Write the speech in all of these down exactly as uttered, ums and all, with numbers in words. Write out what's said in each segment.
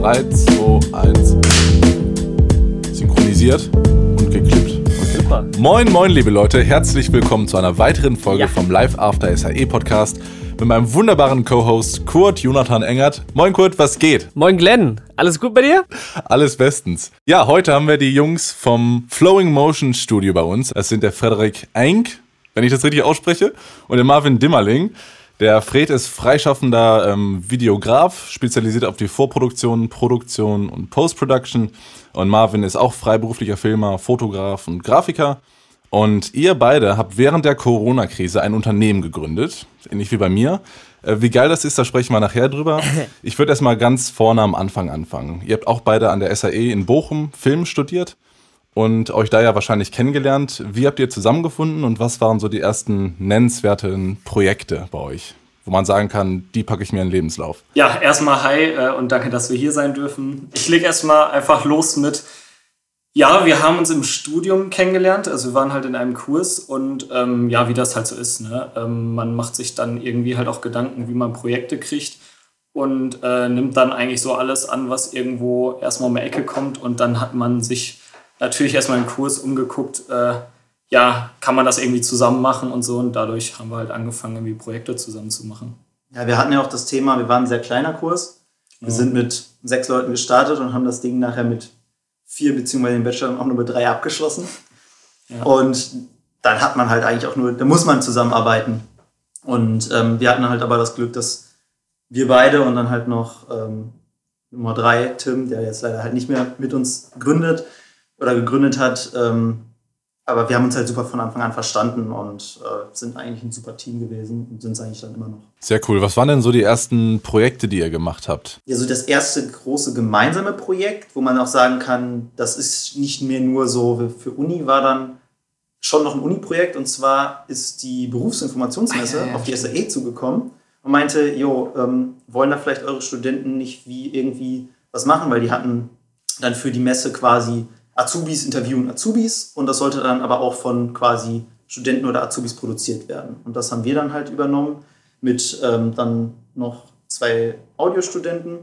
drei, zwei, eins. Synchronisiert und geklippt. Okay. Super. Moin, moin, liebe Leute. Herzlich willkommen zu einer weiteren Folge ja. vom Live After S A E Podcast mit meinem wunderbaren Co-Host Kurt Jonathan Engert. Moin Kurt, was geht? Moin Glenn, alles gut bei dir? Alles bestens. Ja, heute haben wir die Jungs vom Flowing Motion Studio bei uns. Das sind der Frederik Enk, wenn ich das richtig ausspreche, und der Marvin Dimmerling. Der Fred ist freischaffender ähm, Videograf, spezialisiert auf die Vorproduktion, Produktion und Post-Production. Und Marvin ist auch freiberuflicher Filmer, Fotograf und Grafiker. Und ihr beide habt während der Corona-Krise ein Unternehmen gegründet, ähnlich wie bei mir. Äh, wie geil das ist, da sprechen wir nachher drüber. Ich würde erstmal ganz vorne am Anfang anfangen. Ihr habt auch beide an der S A E in Bochum Film studiert und euch da ja wahrscheinlich kennengelernt. Wie habt ihr zusammengefunden und was waren so die ersten nennenswerten Projekte bei euch, wo man sagen kann, die packe ich mir in den Lebenslauf? Ja, erstmal hi äh, und danke, dass wir hier sein dürfen. Ich lege erstmal einfach los mit, ja, wir haben uns im Studium kennengelernt, also wir waren halt in einem Kurs und ähm, ja, wie das halt so ist, ne? Ähm, man macht sich dann irgendwie halt auch Gedanken, wie man Projekte kriegt und äh, nimmt dann eigentlich so alles an, was irgendwo erstmal um die Ecke kommt, und dann hat man sich natürlich erstmal im Kurs umgeguckt, äh, ja, kann man das irgendwie zusammen machen und so, und dadurch haben wir halt angefangen, irgendwie Projekte zusammen zu machen. Ja, wir hatten ja auch das Thema, wir waren ein sehr kleiner Kurs. Wir ja. sind mit sechs Leuten gestartet und haben das Ding nachher mit vier, beziehungsweise den Bachelor auch nur mit drei abgeschlossen. Ja. Und dann hat man halt eigentlich auch nur, da muss man zusammenarbeiten. Und ähm, wir hatten halt aber das Glück, dass wir beide und dann halt noch ähm, Nummer drei, Tim, der jetzt leider halt nicht mehr mit uns gründet oder gegründet hat, ähm, aber wir haben uns halt super von Anfang an verstanden und äh, sind eigentlich ein super Team gewesen und sind es eigentlich dann immer noch. Sehr cool. Was waren denn so die ersten Projekte, die ihr gemacht habt? Ja, so das erste große gemeinsame Projekt, wo man auch sagen kann, das ist nicht mehr nur so für Uni, war dann schon noch ein Uni-Projekt, und zwar ist die Berufsinformationsmesse ah, ja, ja, auf die S A E zugekommen und meinte, jo, ähm, wollen da vielleicht eure Studenten nicht wie irgendwie was machen, weil die hatten dann für die Messe quasi Azubis interviewen Azubis, und das sollte dann aber auch von quasi Studenten oder Azubis produziert werden. Und das haben wir dann halt übernommen mit ähm, dann noch zwei Audiostudenten,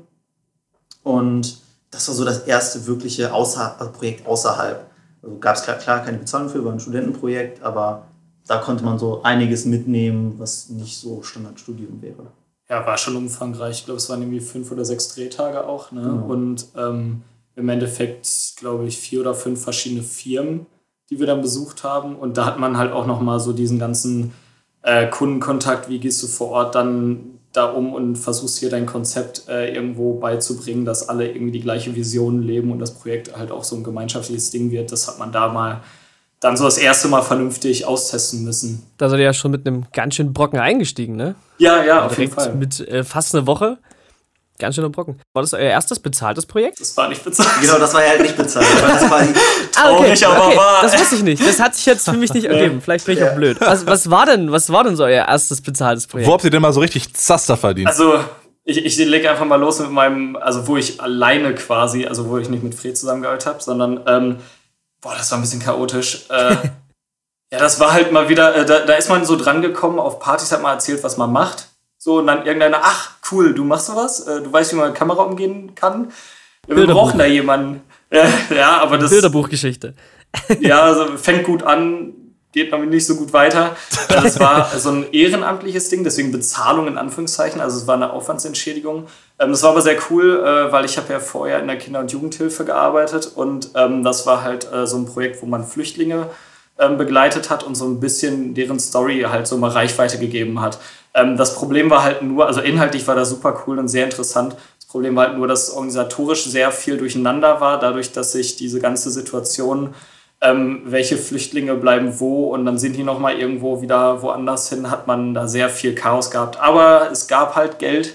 und das war so das erste wirkliche Außer- also Projekt außerhalb. Also gab es klar, klar keine Bezahlung für, war ein Studentenprojekt, aber da konnte man so einiges mitnehmen, was nicht so Standardstudium wäre. Ja, war schon umfangreich. Ich glaube, es waren irgendwie fünf oder sechs Drehtage auch, ne? Genau. Und ähm, im Endeffekt, glaube ich, vier oder fünf verschiedene Firmen, die wir dann besucht haben. Und da hat man halt auch nochmal so diesen ganzen äh, Kundenkontakt, wie gehst du vor Ort dann da um und versuchst hier dein Konzept äh, irgendwo beizubringen, dass alle irgendwie die gleiche Vision leben und das Projekt halt auch so ein gemeinschaftliches Ding wird. Das hat man da mal dann so das erste Mal vernünftig austesten müssen. Da seid ihr ja schon mit einem ganz schönen Brocken eingestiegen, ne? Ja, ja, auf jeden Fall. Mit äh, fast einer Woche. Ganz schöner Brocken. War das euer erstes bezahltes Projekt? Das war nicht bezahlt. Genau, das war ja halt nicht bezahlt. Das war die ah, okay. traurig, aber okay. war. Das wusste ich nicht. Das hat sich jetzt für mich nicht ergeben. Vielleicht bin ich auch blöd. Was, was, war denn, was war denn so euer erstes bezahltes Projekt? Wo habt ihr denn mal so richtig Zaster verdient? Also, ich, ich lege einfach mal los mit meinem, also wo ich alleine quasi, also wo ich nicht mit Fred zusammengearbeitet habe, sondern, ähm, boah, das war ein bisschen chaotisch. Äh, ja, das war halt mal wieder, äh, da, da ist man so dran gekommen, auf Partys hat man erzählt, was man macht. So, und dann irgendeiner, ach, cool, du machst sowas, du weißt, wie man mit Kamera umgehen kann. Wir brauchen da jemanden. Ja, ja, aber das... Bilderbuchgeschichte. Ja, also fängt gut an, geht damit nicht so gut weiter. Das war so ein ehrenamtliches Ding, deswegen Bezahlung in Anführungszeichen, also es war eine Aufwandsentschädigung. Das war aber sehr cool, weil ich habe ja vorher in der Kinder- und Jugendhilfe gearbeitet, und das war halt so ein Projekt, wo man Flüchtlinge begleitet hat und so ein bisschen deren Story halt so mal Reichweite gegeben hat. Ähm, das Problem war halt nur, also inhaltlich war das super cool und sehr interessant. Das Problem war halt nur, dass organisatorisch sehr viel durcheinander war, dadurch, dass sich diese ganze Situation, ähm, welche Flüchtlinge bleiben wo und dann sind die nochmal irgendwo wieder woanders hin, hat man da sehr viel Chaos gehabt. Aber es gab halt Geld.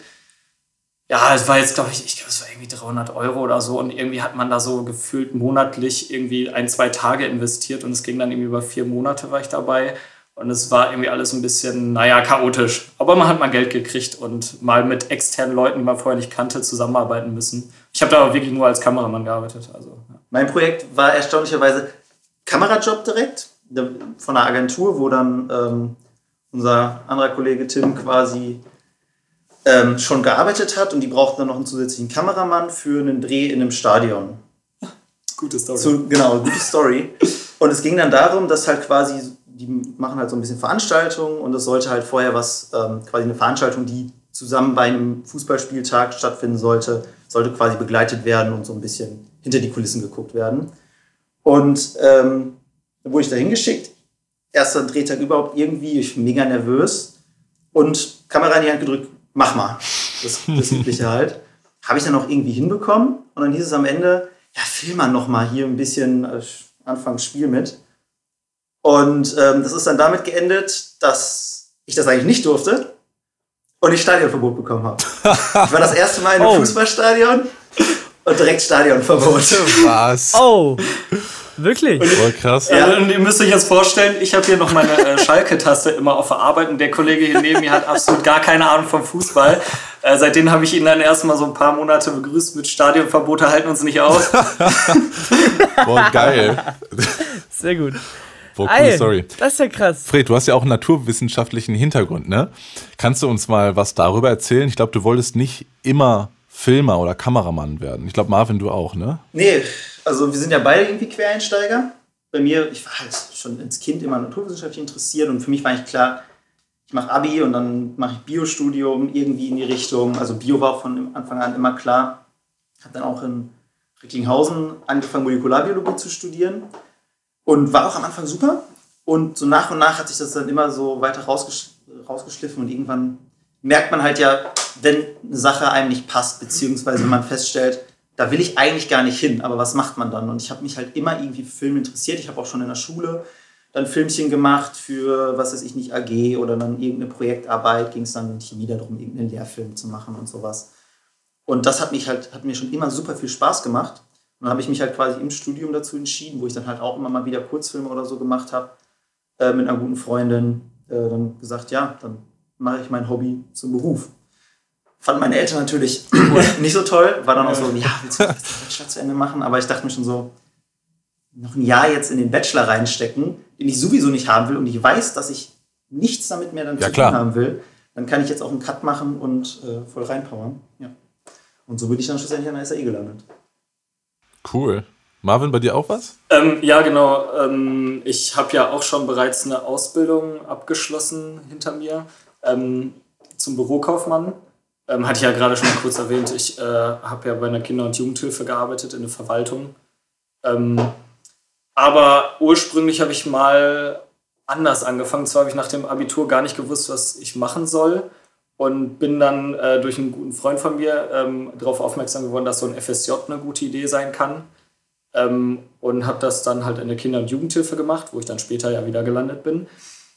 Ja, es war jetzt, glaube ich, ich glaube, es war irgendwie dreihundert Euro oder so, und irgendwie hat man da so gefühlt monatlich irgendwie ein, zwei Tage investiert, und es ging dann irgendwie über vier Monate war ich dabei, und es war irgendwie alles ein bisschen, naja, chaotisch. Aber man hat mal Geld gekriegt und mal mit externen Leuten, die man vorher nicht kannte, zusammenarbeiten müssen. Ich habe da aber wirklich nur als Kameramann gearbeitet. Also, ja. Mein Projekt war erstaunlicherweise Kamerajob direkt von einer Agentur, wo dann ähm, unser anderer Kollege Tim quasi ähm, schon gearbeitet hat und die brauchten dann noch einen zusätzlichen Kameramann für einen Dreh in einem Stadion. Gute Story. Zu, genau, gute Story. Und es ging dann darum, dass halt quasi, die machen halt so ein bisschen Veranstaltungen und es sollte halt vorher was, ähm, quasi eine Veranstaltung, die zusammen bei einem Fußballspieltag stattfinden sollte, sollte quasi begleitet werden und so ein bisschen hinter die Kulissen geguckt werden. Und ähm, dann wurde ich da hingeschickt. Erster Drehtag überhaupt irgendwie, ich bin mega nervös. Und Kamera in die Hand gedrückt, mach mal. Das, das Übliche halt. Habe ich dann auch irgendwie hinbekommen. Und dann hieß es am Ende, ja, film mal noch mal hier ein bisschen äh, Anfangs Spiel mit. Und ähm, das ist dann damit geendet, dass ich das eigentlich nicht durfte und ich Stadionverbot bekommen habe. Ich war das erste Mal in einem oh. Fußballstadion und direkt Stadionverbot. Was? Oh, wirklich? Und, oh, krass. Ja, und ihr müsst euch jetzt vorstellen, ich habe hier noch meine äh, Schalke-Taste immer auf der Arbeit und der Kollege hier neben mir hat absolut gar keine Ahnung vom Fußball. Äh, seitdem habe ich ihn dann erstmal so ein paar Monate begrüßt mit Stadionverbote, halten uns nicht aus. Boah, geil. Sehr gut. Boah, coole Story. Das ist ja krass. Fred, du hast ja auch einen naturwissenschaftlichen Hintergrund, ne? Kannst du uns mal was darüber erzählen? Ich glaube, du wolltest nicht immer Filmer oder Kameramann werden. Ich glaube, Marvin, du auch, ne? Nee, also wir sind ja beide irgendwie Quereinsteiger. Bei mir, ich war halt schon als Kind immer naturwissenschaftlich interessiert und für mich war eigentlich klar, ich mache Abi und dann mache ich Biostudium irgendwie in die Richtung. Also Bio war von Anfang an immer klar. Ich habe dann auch in Recklinghausen angefangen, Molekularbiologie zu studieren. Und war auch am Anfang super. Und so nach und nach hat sich das dann immer so weiter rausgesch- rausgeschliffen. Und irgendwann merkt man halt ja, wenn eine Sache einem nicht passt, beziehungsweise wenn man feststellt, da will ich eigentlich gar nicht hin. Aber was macht man dann? Und ich habe mich halt immer irgendwie für Film interessiert. Ich habe auch schon in der Schule dann Filmchen gemacht für, was weiß ich nicht, A G oder dann irgendeine Projektarbeit. Ging es dann in Chemie darum, irgendeinen Lehrfilm zu machen und sowas. Und das hat mich halt, hat mir schon immer super viel Spaß gemacht. Und dann habe ich mich halt quasi im Studium dazu entschieden, wo ich dann halt auch immer mal wieder Kurzfilme oder so gemacht habe, äh, mit einer guten Freundin, äh, dann gesagt, ja, dann mache ich mein Hobby zum Beruf. Fanden meine Eltern natürlich nicht so toll, war dann auch so, ja, willst du den Bachelor zu Ende machen? Aber ich dachte mir schon so, noch ein Jahr jetzt in den Bachelor reinstecken, den ich sowieso nicht haben will und ich weiß, dass ich nichts damit mehr dann ja, zu tun haben will, dann kann ich jetzt auch einen Cut machen und äh, voll reinpowern. Ja. Und so bin ich dann schlussendlich an der S A E gelandet. Cool. Marvin, bei dir auch was? Ähm, ja, genau. Ähm, ich habe ja auch schon bereits eine Ausbildung abgeschlossen hinter mir ähm, zum Bürokaufmann. Ähm, hatte ich ja gerade schon mal kurz erwähnt. Ich äh, habe ja bei einer Kinder- und Jugendhilfe gearbeitet in der Verwaltung. Ähm, aber ursprünglich habe ich mal anders angefangen. Zwar habe ich nach dem Abitur gar nicht gewusst, was ich machen soll. Und bin dann äh, durch einen guten Freund von mir ähm, darauf aufmerksam geworden, dass so ein F S J eine gute Idee sein kann. Ähm, und habe das dann halt in der Kinder- und Jugendhilfe gemacht, wo ich dann später ja wieder gelandet bin.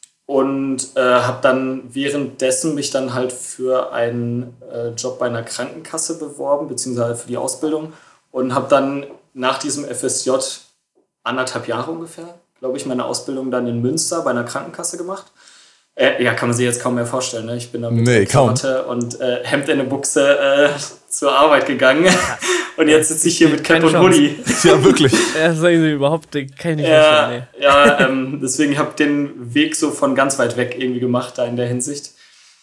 Und äh, habe dann währenddessen mich dann halt für einen äh, Job bei einer Krankenkasse beworben, beziehungsweise für die Ausbildung. Und habe dann nach diesem F S J anderthalb Jahre ungefähr, glaube ich, meine Ausbildung dann in Münster bei einer Krankenkasse gemacht. Äh, ja, kann man sich jetzt kaum mehr vorstellen. Ne? Ich bin da mit nee, Krawatte und äh, Hemd in der Buchse äh, zur Arbeit gegangen. Und jetzt sitze ich hier mit Cap und Hoodie. Ja, wirklich. Ja, das ich überhaupt kann ich nicht ja, vorstellen. Nee. Ja, ähm, deswegen habe ich den Weg so von ganz weit weg irgendwie gemacht, da in der Hinsicht.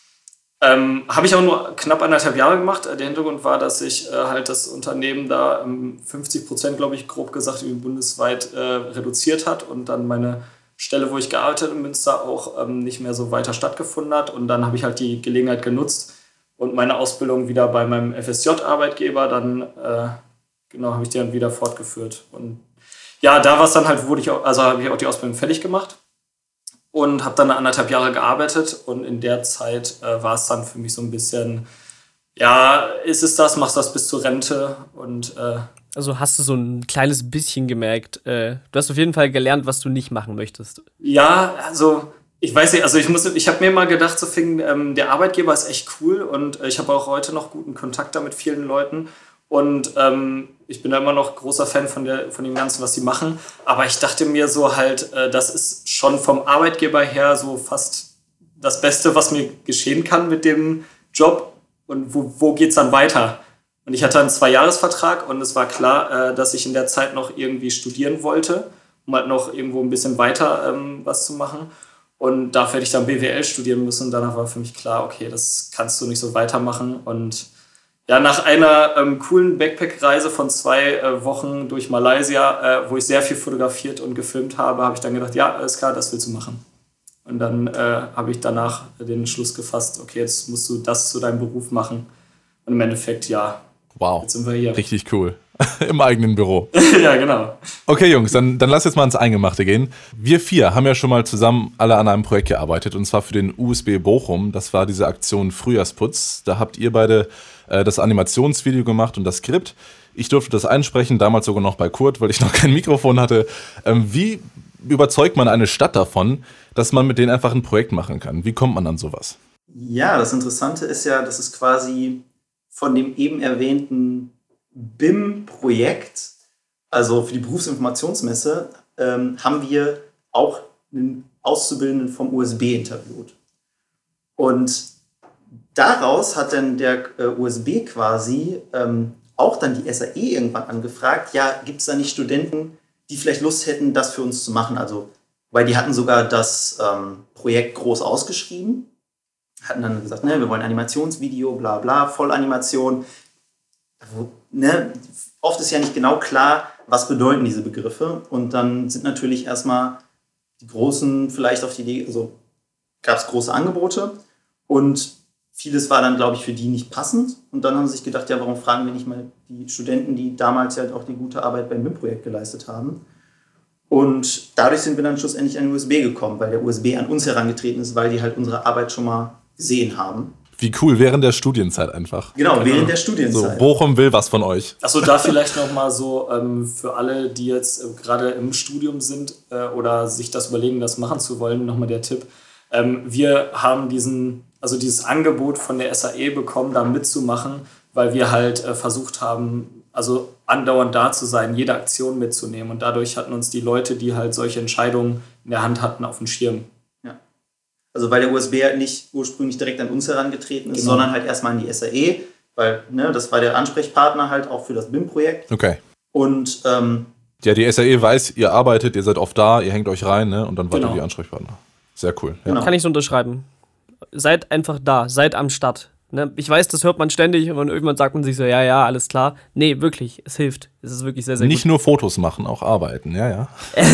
Ähm, habe ich auch nur knapp anderthalb Jahre gemacht. Der Hintergrund war, dass ich äh, halt das Unternehmen da ähm, fünfzig Prozent, glaube ich, grob gesagt, bundesweit äh, reduziert hat und dann meine Stelle, wo ich gearbeitet in Münster, auch ähm, nicht mehr so weiter stattgefunden hat. Und dann habe ich halt die Gelegenheit genutzt und meine Ausbildung wieder bei meinem F S J-Arbeitgeber, dann äh, genau habe ich die dann wieder fortgeführt. Und ja, da war es dann halt, wurde ich auch, also habe ich auch die Ausbildung fertig gemacht und habe dann anderthalb Jahre gearbeitet. Und in der Zeit äh, war es dann für mich so ein bisschen, ja, ist es das, machst das bis zur Rente und äh, also hast du so ein kleines bisschen gemerkt, äh, du hast auf jeden Fall gelernt, was du nicht machen möchtest. Ja, also ich weiß nicht, also ich muss, ich habe mir mal gedacht, so fing, ähm, der Arbeitgeber ist echt cool und äh, ich habe auch heute noch guten Kontakt da mit vielen Leuten und ähm, ich bin da immer noch großer Fan von, der, von dem Ganzen, was sie machen, aber ich dachte mir so halt, äh, das ist schon vom Arbeitgeber her so fast das Beste, was mir geschehen kann mit dem Job und wo, wo geht's dann weiter? Und ich hatte einen Zwei-Jahres-Vertrag und es war klar, dass ich in der Zeit noch irgendwie studieren wollte, um halt noch irgendwo ein bisschen weiter ähm, was zu machen. Und dafür hätte ich dann B W L studieren müssen. Und danach war für mich klar, okay, das kannst du nicht so weitermachen. Und ja, nach einer ähm, coolen Backpack-Reise von zwei äh, Wochen durch Malaysia, äh, wo ich sehr viel fotografiert und gefilmt habe, habe ich dann gedacht, ja, alles klar, das willst du machen. Und dann äh, habe ich danach den Entschluss gefasst, okay, jetzt musst du das zu deinem Beruf machen. Und im Endeffekt, ja, wow, jetzt sind wir hier. Richtig cool. Im eigenen Büro. Ja, genau. Okay, Jungs, dann, dann lass jetzt mal ins Eingemachte gehen. Wir vier haben ja schon mal zusammen alle an einem Projekt gearbeitet, und zwar für den U S B Bochum. Das war diese Aktion Frühjahrsputz. Da habt ihr beide äh, das Animationsvideo gemacht und das Skript. Ich durfte das einsprechen, damals sogar noch bei Kurt, weil ich noch kein Mikrofon hatte. Ähm, wie überzeugt man eine Stadt davon, dass man mit denen einfach ein Projekt machen kann? Wie kommt man an sowas? Ja, das Interessante ist ja, dass es quasi von dem eben erwähnten B I M-Projekt, also für die Berufsinformationsmesse, ähm, haben wir auch einen Auszubildenden vom U S B interviewt. Und daraus hat dann der äh, U S B quasi ähm, auch dann die S A E irgendwann angefragt, ja, gibt es da nicht Studenten, die vielleicht Lust hätten, das für uns zu machen? Also, weil die hatten sogar das ähm, Projekt groß ausgeschrieben, hatten dann gesagt, ne, wir wollen Animationsvideo, bla bla, Vollanimation. Wo, ne, oft ist ja nicht genau klar, was bedeuten diese Begriffe. Und dann sind natürlich erstmal die Großen vielleicht auf die Idee, also gab es große Angebote und vieles war dann, glaube ich, für die nicht passend. Und dann haben sie sich gedacht, ja, warum fragen wir nicht mal die Studenten, die damals halt auch die gute Arbeit beim B I M-Projekt geleistet haben. Und dadurch sind wir dann schlussendlich an den U S B gekommen, weil der U S B an uns herangetreten ist, weil die halt unsere Arbeit schon mal gesehen haben. Wie cool, während der Studienzeit einfach. Genau, genau. während der Studienzeit. So, Bochum will was von euch. Achso, da vielleicht nochmal so ähm, für alle, die jetzt äh, gerade im Studium sind äh, oder sich das überlegen, das machen zu wollen, nochmal der Tipp. Ähm, wir haben diesen, also dieses Angebot von der S A E bekommen, da mitzumachen, weil wir halt äh, versucht haben, also andauernd da zu sein, jede Aktion mitzunehmen. Und dadurch hatten uns die Leute, die halt solche Entscheidungen in der Hand hatten, auf dem Schirm. Also weil der U S B halt nicht ursprünglich direkt an uns herangetreten ist, genau, sondern halt erstmal an die S A E, weil ne, das war der Ansprechpartner halt auch für das B I M-Projekt. Okay. Und ähm, ja, die S A E weiß, ihr arbeitet, ihr seid oft da, ihr hängt euch rein, ne? Und dann wart ihr die Ansprechpartner. Sehr cool. Ja. Genau. Kann ich so unterschreiben. Seid einfach da, seid am Start. Ne? Ich weiß, das hört man ständig und irgendwann sagt man sich so, ja, ja, alles klar. Nee, wirklich, es hilft. Es ist wirklich sehr, sehr Nicht gut. nur Fotos machen, auch arbeiten, ja, ja.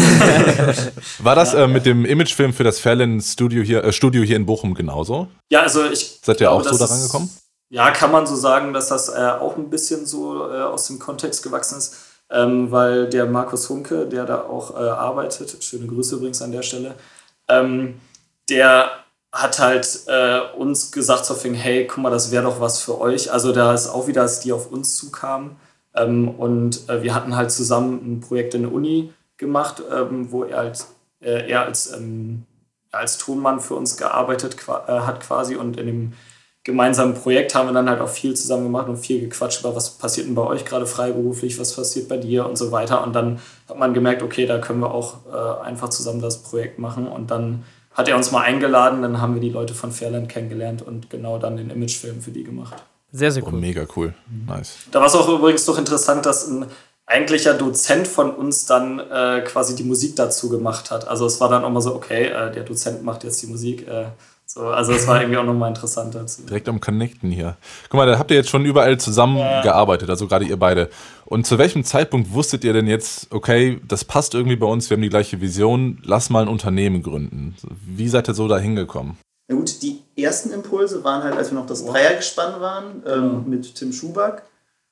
War das äh, mit dem Imagefilm für das Fairland Studio hier, äh, Studio hier in Bochum genauso? Ja, also ich Seid ihr glaube, auch so das daran ist, gekommen? Ja, kann man so sagen, dass das äh, auch ein bisschen so äh, aus dem Kontext gewachsen ist, ähm, weil der Markus Hunke, der da auch äh, arbeitet, schöne Grüße übrigens an der Stelle, ähm, der hat halt äh, uns gesagt, so fing, hey, guck mal, das wäre doch was für euch. Also da ist auch wieder, dass die auf uns zukamen. Ähm, und äh, wir hatten halt zusammen ein Projekt in der Uni gemacht, ähm, wo er, halt, äh, er als, ähm, als Tonmann für uns gearbeitet qua- äh, hat quasi. Und in dem gemeinsamen Projekt haben wir dann halt auch viel zusammen gemacht und viel gequatscht über, was passiert denn bei euch gerade freiberuflich, was passiert bei dir und so weiter. Und dann hat man gemerkt, okay, da können wir auch äh, einfach zusammen das Projekt machen. Und dann hat er uns mal eingeladen, dann haben wir die Leute von Fairland kennengelernt und genau dann den Imagefilm für die gemacht. Sehr, sehr Oh, cool. mega cool. Nice. Da war es auch übrigens doch interessant, dass ein eigentlicher Dozent von uns dann äh, quasi die Musik dazu gemacht hat. Also es war dann auch mal so, okay, äh, der Dozent macht jetzt die Musik. Äh, so, also es war irgendwie auch nochmal interessant dazu. Direkt am Connecten hier. Guck mal, da habt ihr jetzt schon überall zusammen Ja. gearbeitet, also gerade ihr beide. Und zu welchem Zeitpunkt wusstet ihr denn jetzt, okay, das passt irgendwie bei uns, wir haben die gleiche Vision, lass mal ein Unternehmen gründen. Wie seid ihr so da hingekommen? na gut, die ersten Impulse waren halt, als wir noch das Dreiergespann waren, ähm, mit Tim Schuback.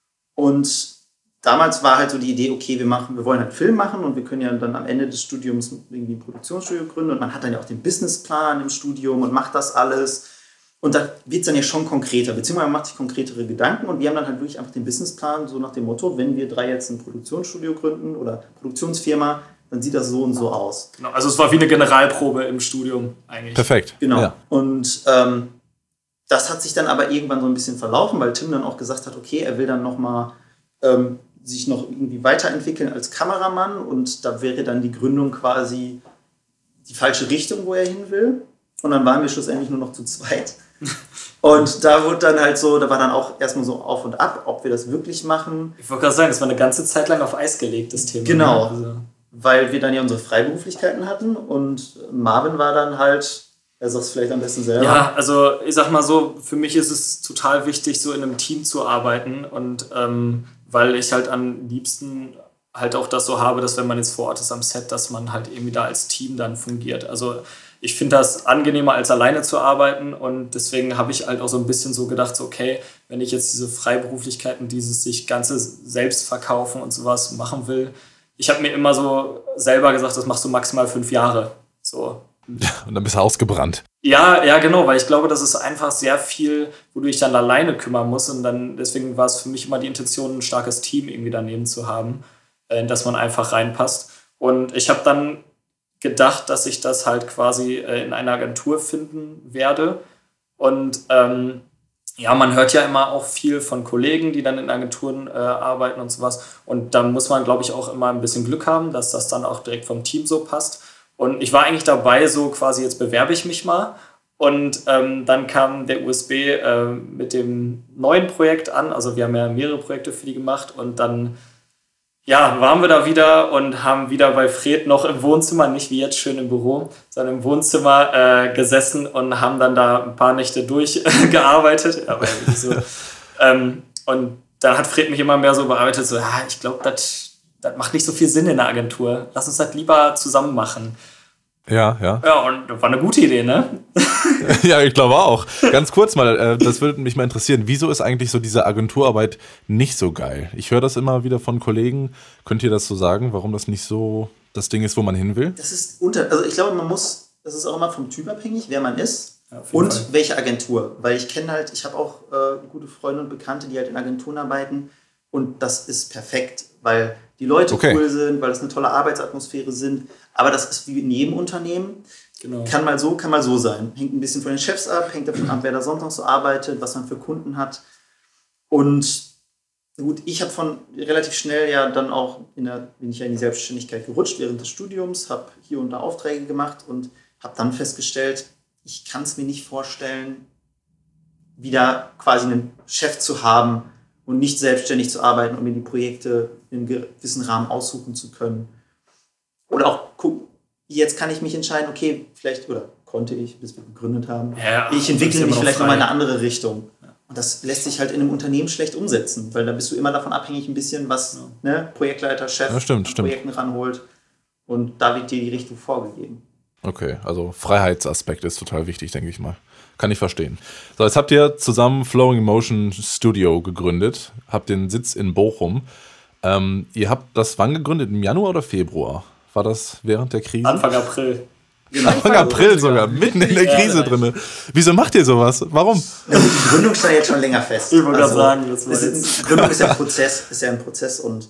Und damals war halt so die Idee, okay, wir machen, wir wollen halt Film machen und wir können ja dann am Ende des Studiums irgendwie ein Produktionsstudio gründen und man hat dann ja auch den Businessplan im Studium und macht das alles. Und da wird es dann ja schon konkreter, beziehungsweise man macht sich konkretere Gedanken und wir haben dann halt wirklich einfach den Businessplan so nach dem Motto, wenn wir drei jetzt ein Produktionsstudio gründen oder Produktionsfirma, dann sieht das so und so aus. Genau, also es war wie eine Generalprobe im Studium eigentlich. Perfekt. Genau. Ja. Und ähm, das hat sich dann aber irgendwann so ein bisschen verlaufen, weil Tim dann auch gesagt hat, okay, er will dann nochmal ähm, sich noch irgendwie weiterentwickeln als Kameramann und da wäre dann die Gründung quasi die falsche Richtung, wo er hin will. Und dann waren wir schlussendlich nur noch zu zweit. Und da wurde dann halt so, da war dann auch erstmal so auf und ab, ob wir das wirklich machen. Ich wollte gerade sagen, das war eine ganze Zeit lang auf Eis gelegt, das Thema. Genau. Also, weil wir dann ja unsere Freiberuflichkeiten hatten und Marvin war dann halt, er sagt es vielleicht am besten selber. Ja, also ich sag mal so, für mich ist es total wichtig, so in einem Team zu arbeiten und ähm, weil ich halt am liebsten halt auch das so habe, dass wenn man jetzt vor Ort ist am Set, dass man halt irgendwie da als Team dann fungiert. Also ich finde das angenehmer, als alleine zu arbeiten und deswegen habe ich halt auch so ein bisschen so gedacht, so, okay, wenn ich jetzt diese Freiberuflichkeiten, dieses sich Ganze selbst verkaufen und sowas machen will, ich habe mir immer so selber gesagt, das machst du maximal fünf Jahre. So. Und dann bist du ausgebrannt. Ja, ja, genau, weil ich glaube, das ist einfach sehr viel, wo du dich dann alleine kümmern musst und dann deswegen war es für mich immer die Intention, ein starkes Team irgendwie daneben zu haben, in das man einfach reinpasst. Und ich habe dann gedacht, dass ich das halt quasi in einer Agentur finden werde. Und ähm, ja, man hört ja immer auch viel von Kollegen, die dann in Agenturen äh, arbeiten und sowas. Und da muss man, glaube ich, auch immer ein bisschen Glück haben, dass das dann auch direkt vom Team so passt. Und ich war eigentlich dabei, so quasi, jetzt bewerbe ich mich mal. Und ähm, dann kam der U S B äh, mit dem neuen Projekt an. Also wir haben ja mehrere Projekte für die gemacht. Und dann ja, waren wir da wieder und haben wieder bei Fred noch im Wohnzimmer, nicht wie jetzt schön im Büro, sondern im Wohnzimmer äh, gesessen und haben dann da ein paar Nächte durchgearbeitet. Ja, so. ähm, und dann hat Fred mich immer mehr so bearbeitet, so, ja, ich glaube, das macht nicht so viel Sinn in der Agentur. Lass uns das lieber zusammen machen. Ja, ja. Ja, und das war eine gute Idee, ne? Ja, ich glaube auch. Ganz kurz mal, äh, das würde mich mal interessieren. Wieso ist eigentlich so diese Agenturarbeit nicht so geil? Ich höre das immer wieder von Kollegen. Könnt ihr das so sagen, warum das nicht so das Ding ist, wo man hin will? Das ist unter, also ich glaube, man muss, das ist auch immer vom Typ abhängig, wer man ist ja, und Fall. Welche Agentur. Weil ich kenne halt, ich habe auch äh, gute Freunde und Bekannte, die halt in Agenturen arbeiten und das ist perfekt, weil die Leute okay. cool sind, weil es eine tolle Arbeitsatmosphäre sind. Aber das ist wie in jedem Unternehmen. Genau. Kann mal so, kann mal so sein. Hängt ein bisschen von den Chefs ab, hängt davon ab, wer da sonst so arbeitet, was man für Kunden hat. Und gut, ich habe von relativ schnell ja dann auch, in der, bin ich ja in die Selbstständigkeit gerutscht während des Studiums, habe hier und da Aufträge gemacht und habe dann festgestellt, ich kann es mir nicht vorstellen, wieder quasi einen Chef zu haben und nicht selbstständig zu arbeiten, um mir die Projekte in einem gewissen Rahmen aussuchen zu können. Oder auch gucken, jetzt kann ich mich entscheiden, okay, vielleicht, oder konnte ich, bis wir gegründet haben, ja, ich entwickle mich vielleicht nochmal in eine andere Richtung. Ja. Und das lässt sich halt in einem Unternehmen schlecht umsetzen, weil da bist du immer davon abhängig, ein bisschen, was ja. ne, Projektleiter, Chef ja, stimmt, an stimmt. Projekten ranholt. Und da wird dir die Richtung vorgegeben. Okay, also Freiheitsaspekt ist total wichtig, denke ich mal. Kann ich verstehen. So, jetzt habt ihr zusammen Flowing Motion Studio gegründet, habt den Sitz in Bochum. Ähm, ihr habt das wann gegründet? Im Januar oder Februar? War das während der Krise? Anfang April. Genau. Anfang April sogar, mitten in der Krise ja, drin. Wieso macht ihr sowas? Warum? Die Gründung stand jetzt schon länger fest. Ich wollte also, sagen, das war ist, die Gründung ist ja ein Prozess, ist ja ein Prozess und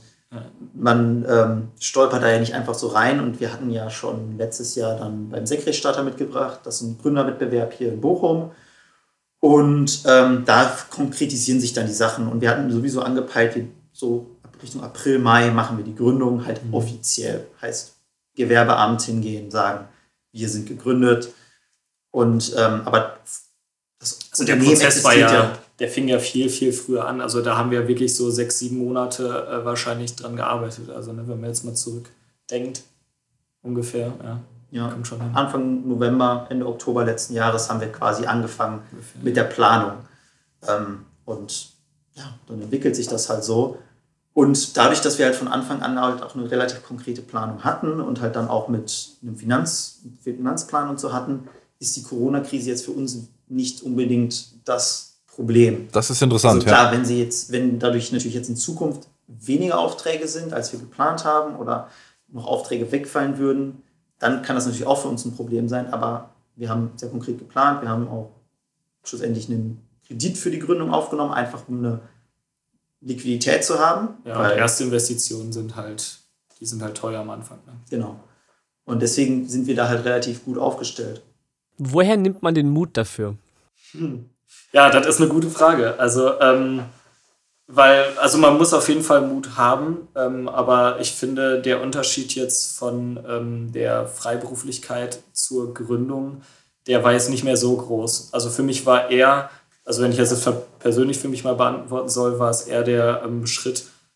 man ähm, stolpert da ja nicht einfach so rein. Und wir hatten ja schon letztes Jahr dann beim Sekre-Starter mitgebracht. Das ist ein Gründerwettbewerb hier in Bochum. Und ähm, da konkretisieren sich dann die Sachen. Und wir hatten sowieso angepeilt, wie so Richtung April, Mai machen wir die Gründung halt mhm. offiziell. Heißt, Gewerbeamt hingehen, sagen, wir sind gegründet. Und, ähm, aber das also der Prozess war ja, ja, der fing ja viel, viel früher an. Also da haben wir wirklich so sechs, sieben Monate äh, wahrscheinlich dran gearbeitet. Also ne, wenn man jetzt mal zurückdenkt, ungefähr, ja. Ja, kommt schon hin. Anfang November, Ende Oktober letzten Jahres haben wir quasi angefangen ungefähr. Mit der Planung. Ähm, und ja, dann entwickelt sich das halt so. Und dadurch, dass wir halt von Anfang an halt auch eine relativ konkrete Planung hatten und halt dann auch mit einem Finanz, Finanzplan und so hatten, ist die Corona-Krise jetzt für uns nicht unbedingt das Problem. Das ist interessant, also klar, ja. wenn sie jetzt, wenn dadurch natürlich jetzt in Zukunft weniger Aufträge sind, als wir geplant haben oder noch Aufträge wegfallen würden, dann kann das natürlich auch für uns ein Problem sein. Aber wir haben sehr konkret geplant, wir haben auch schlussendlich einen Kredit für die Gründung aufgenommen, einfach um eine Liquidität zu haben. Ja, weil erste Investitionen sind halt, die sind halt teuer am Anfang. Ne? Genau. Und deswegen sind wir da halt relativ gut aufgestellt. Woher nimmt man den Mut dafür? Hm. Ja, das ist eine gute Frage. Also, ähm, weil, also man muss auf jeden Fall Mut haben, ähm, aber ich finde, der Unterschied jetzt von ähm, der Freiberuflichkeit zur Gründung, der war jetzt nicht mehr so groß. Also für mich war eher, also wenn ich das jetzt persönlich für mich mal beantworten soll, war es eher der ähm, Schritt,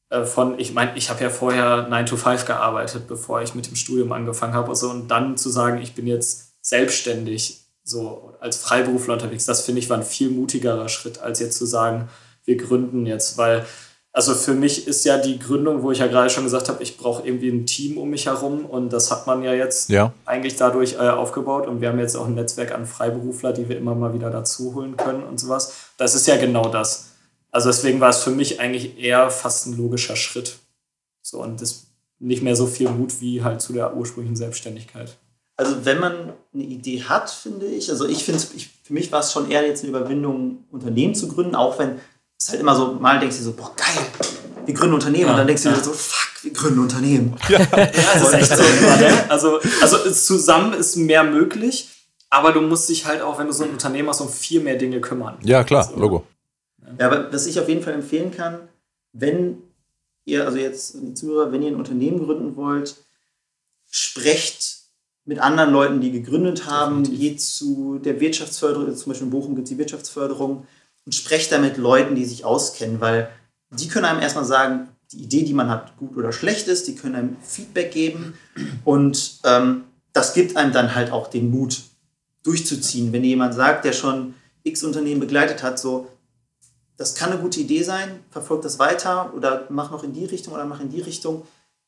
äh, von, ich meine, ich habe ja vorher nine to five gearbeitet, bevor ich mit dem Studium angefangen habe und so, und dann zu sagen, ich bin jetzt selbstständig, so als Freiberufler unterwegs, das finde ich war ein viel mutigerer Schritt, als jetzt zu sagen, wir gründen jetzt, weil also für mich ist ja die Gründung, wo ich ja gerade schon gesagt habe, ich brauche irgendwie ein Team um mich herum, und das hat man ja jetzt ja. eigentlich dadurch äh, aufgebaut, und wir haben jetzt auch ein Netzwerk an Freiberufler, die wir immer mal wieder dazu holen können und sowas. Das ist ja genau das. Also deswegen war es für mich eigentlich eher fast ein logischer Schritt. So, und das nicht mehr so viel Mut wie halt zu der ursprünglichen Selbstständigkeit. Also wenn man eine Idee hat, finde ich, also ich finde, ich, für mich war es schon eher jetzt eine Überwindung, Unternehmen zu gründen, auch wenn es halt immer so, mal denkst du so, boah, geil, wir gründen Unternehmen. Ja, und dann denkst du ja. dir so, fuck, wir gründen Unternehmen. Ja, ja, das ist echt so. Also, also zusammen ist mehr möglich, aber du musst dich halt auch, wenn du so ein Unternehmen hast, um viel mehr Dinge kümmern. Ja, klar, so. Logo. Ja, aber was ich auf jeden Fall empfehlen kann, wenn ihr, also jetzt die Zuhörer, wenn ihr ein Unternehmen gründen wollt, sprecht mit anderen Leuten, die gegründet haben, Definitiv. Geht zu der Wirtschaftsförderung, zum Beispiel in Bochum gibt es die Wirtschaftsförderung, und sprecht da mit Leuten, die sich auskennen, weil die können einem erstmal sagen, die Idee, die man hat, gut oder schlecht ist, die können einem Feedback geben, und ähm, das gibt einem dann halt auch den Mut, durchzuziehen. Wenn jemand sagt, der schon x Unternehmen begleitet hat, so, das kann eine gute Idee sein, verfolgt das weiter oder mach noch in die Richtung oder mach in die Richtung,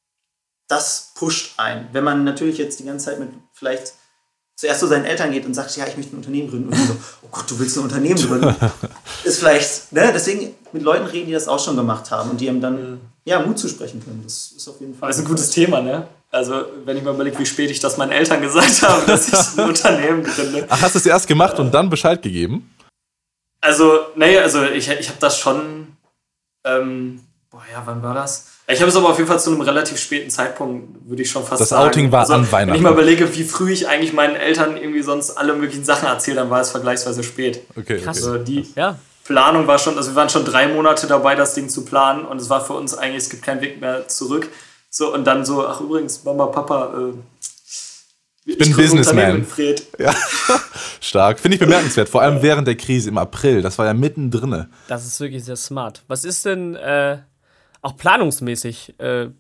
das pusht ein. Wenn man natürlich jetzt die ganze Zeit mit vielleicht zuerst zu seinen Eltern geht und sagt, ja, ich möchte ein Unternehmen gründen, und die so, oh Gott, du willst ein Unternehmen gründen, ist vielleicht, ne, deswegen mit Leuten reden, die das auch schon gemacht haben und die einem dann ja, Mut zusprechen können. Das ist auf jeden Fall. Das ist ein gutes Thema, ne? Also, wenn ich mal überlege, wie spät ich das meinen Eltern gesagt habe, dass ich ein Unternehmen gründe. Ach, hast du es erst gemacht und dann Bescheid gegeben? Also, nee, also ich, ich habe das schon, ähm, boah, ja, wann war das? Ich habe es aber auf jeden Fall zu einem relativ späten Zeitpunkt, würde ich schon fast das sagen. Das Outing war also, an Weihnachten. Wenn ich mal überlege, wie früh ich eigentlich meinen Eltern irgendwie sonst alle möglichen Sachen erzähle, dann war es vergleichsweise spät. Okay, Krass. Also okay. die ja. Planung war schon, also wir waren schon drei Monate dabei, das Ding zu planen, und es war für uns eigentlich, es gibt keinen Weg mehr zurück. So, und dann so, ach übrigens, Mama, Papa, äh, ich bin Businessman. Fred. Ja. Stark. Finde ich bemerkenswert. Vor allem während der Krise im April. Das war ja mittendrin. Das ist wirklich sehr smart. Was ist denn äh, auch planungsmäßig? Äh,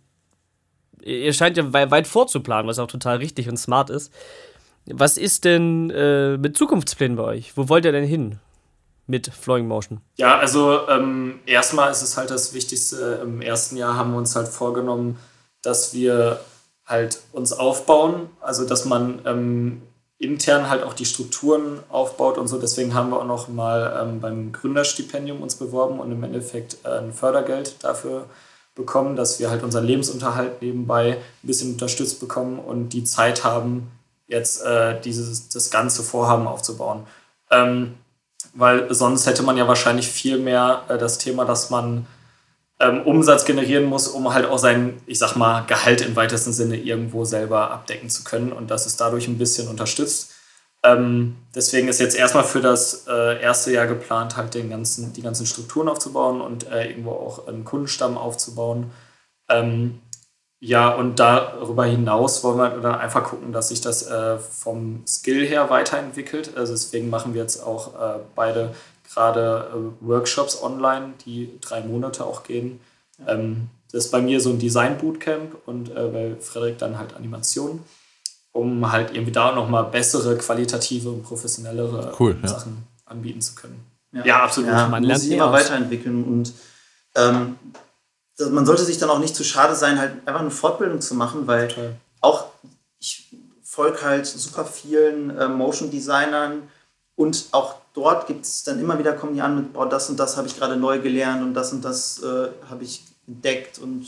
ihr scheint ja weit vorzuplanen, was auch total richtig und smart ist. Was ist denn äh, mit Zukunftsplänen bei euch? Wo wollt ihr denn hin mit Flowing Motion? Ja, also ähm, erstmal ist es halt das Wichtigste. Im ersten Jahr haben wir uns halt vorgenommen, dass wir halt uns aufbauen, also dass man ähm, intern halt auch die Strukturen aufbaut und so. Deswegen haben wir auch noch mal ähm, beim Gründerstipendium uns beworben und im Endeffekt äh, ein Fördergeld dafür bekommen, dass wir halt unseren Lebensunterhalt nebenbei ein bisschen unterstützt bekommen und die Zeit haben, jetzt äh, dieses, das ganze Vorhaben aufzubauen. Ähm, weil sonst hätte man ja wahrscheinlich viel mehr äh, das Thema, dass man ähm, Umsatz generieren muss, um halt auch sein, ich sag mal, Gehalt im weitesten Sinne irgendwo selber abdecken zu können, und das ist dadurch ein bisschen unterstützt. Ähm, deswegen ist jetzt erstmal für das äh, erste Jahr geplant, halt den ganzen, die ganzen Strukturen aufzubauen und äh, irgendwo auch einen Kundenstamm aufzubauen. Ähm, ja, und darüber hinaus wollen wir dann einfach gucken, dass sich das äh, vom Skill her weiterentwickelt. Also deswegen machen wir jetzt auch äh, beide gerade äh, Workshops online, die drei Monate auch gehen. Ähm, das ist bei mir so ein Design-Bootcamp und äh, bei Frederik dann halt Animation, um halt irgendwie da nochmal bessere, qualitative und professionellere cool, ja. Sachen anbieten zu können. Ja, ja absolut. Ja, man muss sich immer weiterentwickeln, und ähm, man sollte sich dann auch nicht zu schade sein, halt einfach eine Fortbildung zu machen, weil Total. auch ich folge halt super vielen äh, Motion-Designern, und auch dort gibt es dann immer wieder, kommen die an mit, boah, das und das habe ich gerade neu gelernt und das und das äh, habe ich entdeckt, und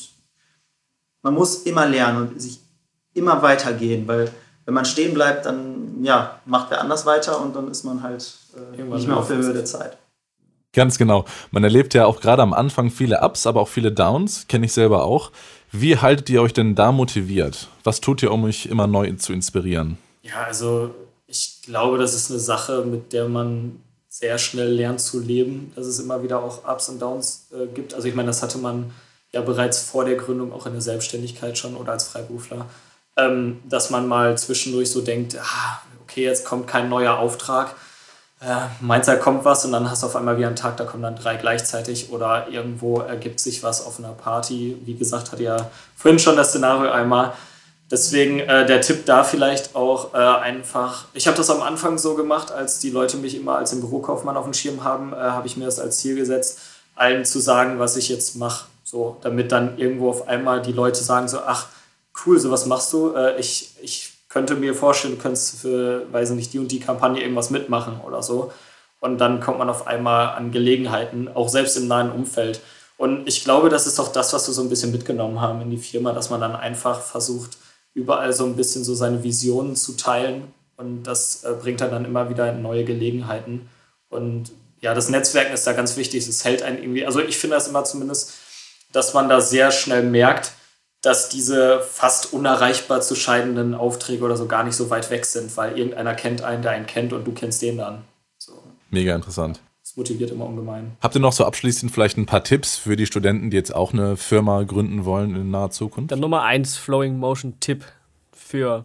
man muss immer lernen und sich immer weitergehen, weil wenn man stehen bleibt, dann ja, macht wer anders weiter, und dann ist man halt äh, nicht mehr auf der Höhe der Zeit. Ganz genau. Man erlebt ja auch gerade am Anfang viele Ups, aber auch viele Downs, kenne ich selber auch. Wie haltet ihr euch denn da motiviert? Was tut ihr, um euch immer neu zu inspirieren? Ja, also ich glaube, das ist eine Sache, mit der man sehr schnell lernt zu leben, dass es immer wieder auch Ups und Downs äh, gibt. Also ich meine, das hatte man ja bereits vor der Gründung auch in der Selbstständigkeit schon oder als Freiberufler, ähm, dass man mal zwischendurch so denkt, ah, okay, jetzt kommt kein neuer Auftrag, äh, meinst du, da kommt was und dann hast du auf einmal wieder einen Tag, da kommen dann drei gleichzeitig oder irgendwo ergibt sich was auf einer Party. Wie gesagt, hatte ja vorhin schon das Szenario einmal. Deswegen äh, der Tipp da vielleicht auch äh, einfach, ich habe das am Anfang so gemacht, als die Leute mich immer als den Bürokaufmann auf dem Schirm haben, äh, habe ich mir das als Ziel gesetzt, allen zu sagen, was ich jetzt mache. So, damit dann irgendwo auf einmal die Leute sagen so, ach cool, so was machst du? Äh, ich, ich könnte mir vorstellen, du könntest für, weiß nicht, die und die Kampagne irgendwas mitmachen oder so. Und dann kommt man auf einmal an Gelegenheiten, auch selbst im nahen Umfeld. Und ich glaube, das ist auch das, was wir so ein bisschen mitgenommen haben in die Firma, dass man dann einfach versucht, überall so ein bisschen so seine Visionen zu teilen und das äh, bringt dann, dann immer wieder neue Gelegenheiten und ja, das Netzwerken ist da ganz wichtig, es hält einen irgendwie, also ich finde das immer zumindest, dass man da sehr schnell merkt, dass diese fast unerreichbar zu scheidenden Aufträge oder so gar nicht so weit weg sind, weil irgendeiner kennt einen, der einen kennt und du kennst den dann. So. Mega interessant. Das motiviert immer ungemein. Habt ihr noch so abschließend vielleicht ein paar Tipps für die Studenten, die jetzt auch eine Firma gründen wollen in naher Zukunft? Dann Nummer eins, Flowing Motion Tipp für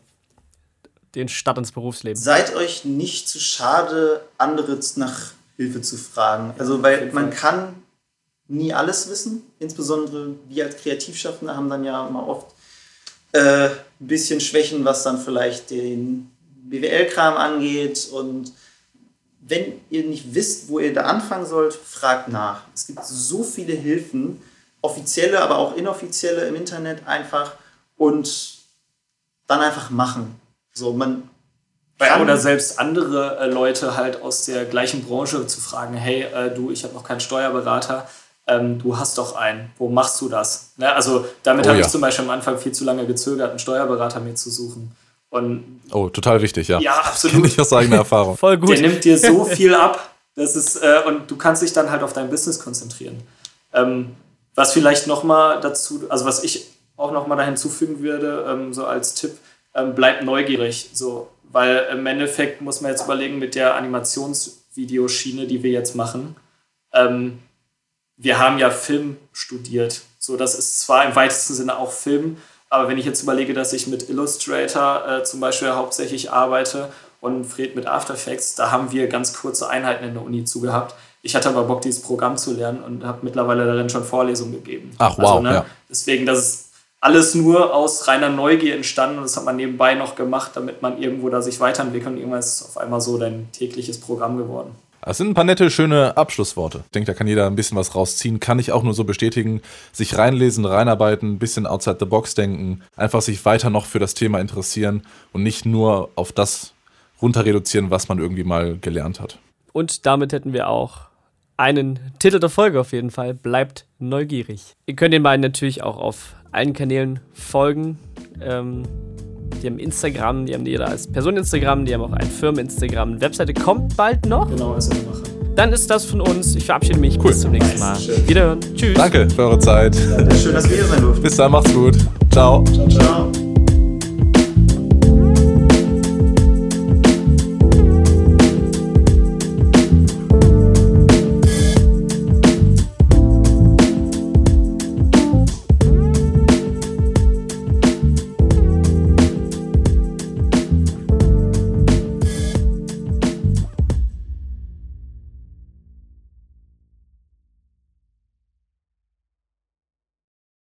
den Start ins Berufsleben. Seid euch nicht zu schade, andere nach Hilfe zu fragen. Also, weil man kann nie alles wissen. Insbesondere wir als Kreativschaffende haben dann ja immer oft äh, ein bisschen Schwächen, was dann vielleicht den B W L-Kram angeht und wenn ihr nicht wisst, wo ihr da anfangen sollt, fragt nach. Es gibt so viele Hilfen, offizielle, aber auch inoffizielle im Internet einfach und dann einfach machen. So, man kann oder selbst andere äh, Leute halt aus der gleichen Branche zu fragen, hey, äh, du, ich habe noch keinen Steuerberater, ähm, du hast doch einen, wo machst du das? Ne? Also damit oh, habe ja. ich zum Beispiel am Anfang viel zu lange gezögert, einen Steuerberater mir zu suchen. Und oh, total wichtig, ja. Ja, absolut. Kenne ich aus eigener Erfahrung. Voll gut. Der nimmt dir so viel ab, das ist, äh, und du kannst dich dann halt auf dein Business konzentrieren. Ähm, was vielleicht nochmal dazu, also was ich auch nochmal da hinzufügen würde, ähm, so als Tipp, ähm, bleib neugierig, so, weil im Endeffekt muss man jetzt überlegen mit der Animationsvideoschiene, die wir jetzt machen, ähm, wir haben ja Film studiert, so, das ist zwar im weitesten Sinne auch Film, aber wenn ich jetzt überlege, dass ich mit Illustrator äh, zum Beispiel hauptsächlich arbeite und Fred mit After Effects, da haben wir ganz kurze Einheiten in der Uni zu gehabt. Ich hatte aber Bock, dieses Programm zu lernen und habe mittlerweile darin schon Vorlesungen gegeben. Ach, wow, also, ne, ja. Deswegen, das ist alles nur aus reiner Neugier entstanden und das hat man nebenbei noch gemacht, damit man irgendwo da sich weiterentwickelt und irgendwann ist es auf einmal so dein tägliches Programm geworden. Das sind ein paar nette, schöne Abschlussworte. Ich denke, da kann jeder ein bisschen was rausziehen. Kann ich auch nur so bestätigen. Sich reinlesen, reinarbeiten, ein bisschen outside the box denken. Einfach sich weiter noch für das Thema interessieren und nicht nur auf das runter reduzieren, was man irgendwie mal gelernt hat. Und damit hätten wir auch einen Titel der Folge auf jeden Fall. Bleibt neugierig. Ihr könnt den beiden natürlich auch auf allen Kanälen folgen. Ähm, die haben Instagram, die haben jeder als Person Instagram, die haben auch ein Firmen-Instagram. Eine Webseite kommt bald noch. Genau, ist in der Mache. Dann ist das von uns. Ich verabschiede mich. Cool. Bis zum nächsten Mal. Schön. Wiederhören. Tschüss. Danke für eure Zeit. schön, dass wir hier sein durften. Bis dann, macht's gut. Ciao. Ciao, ciao.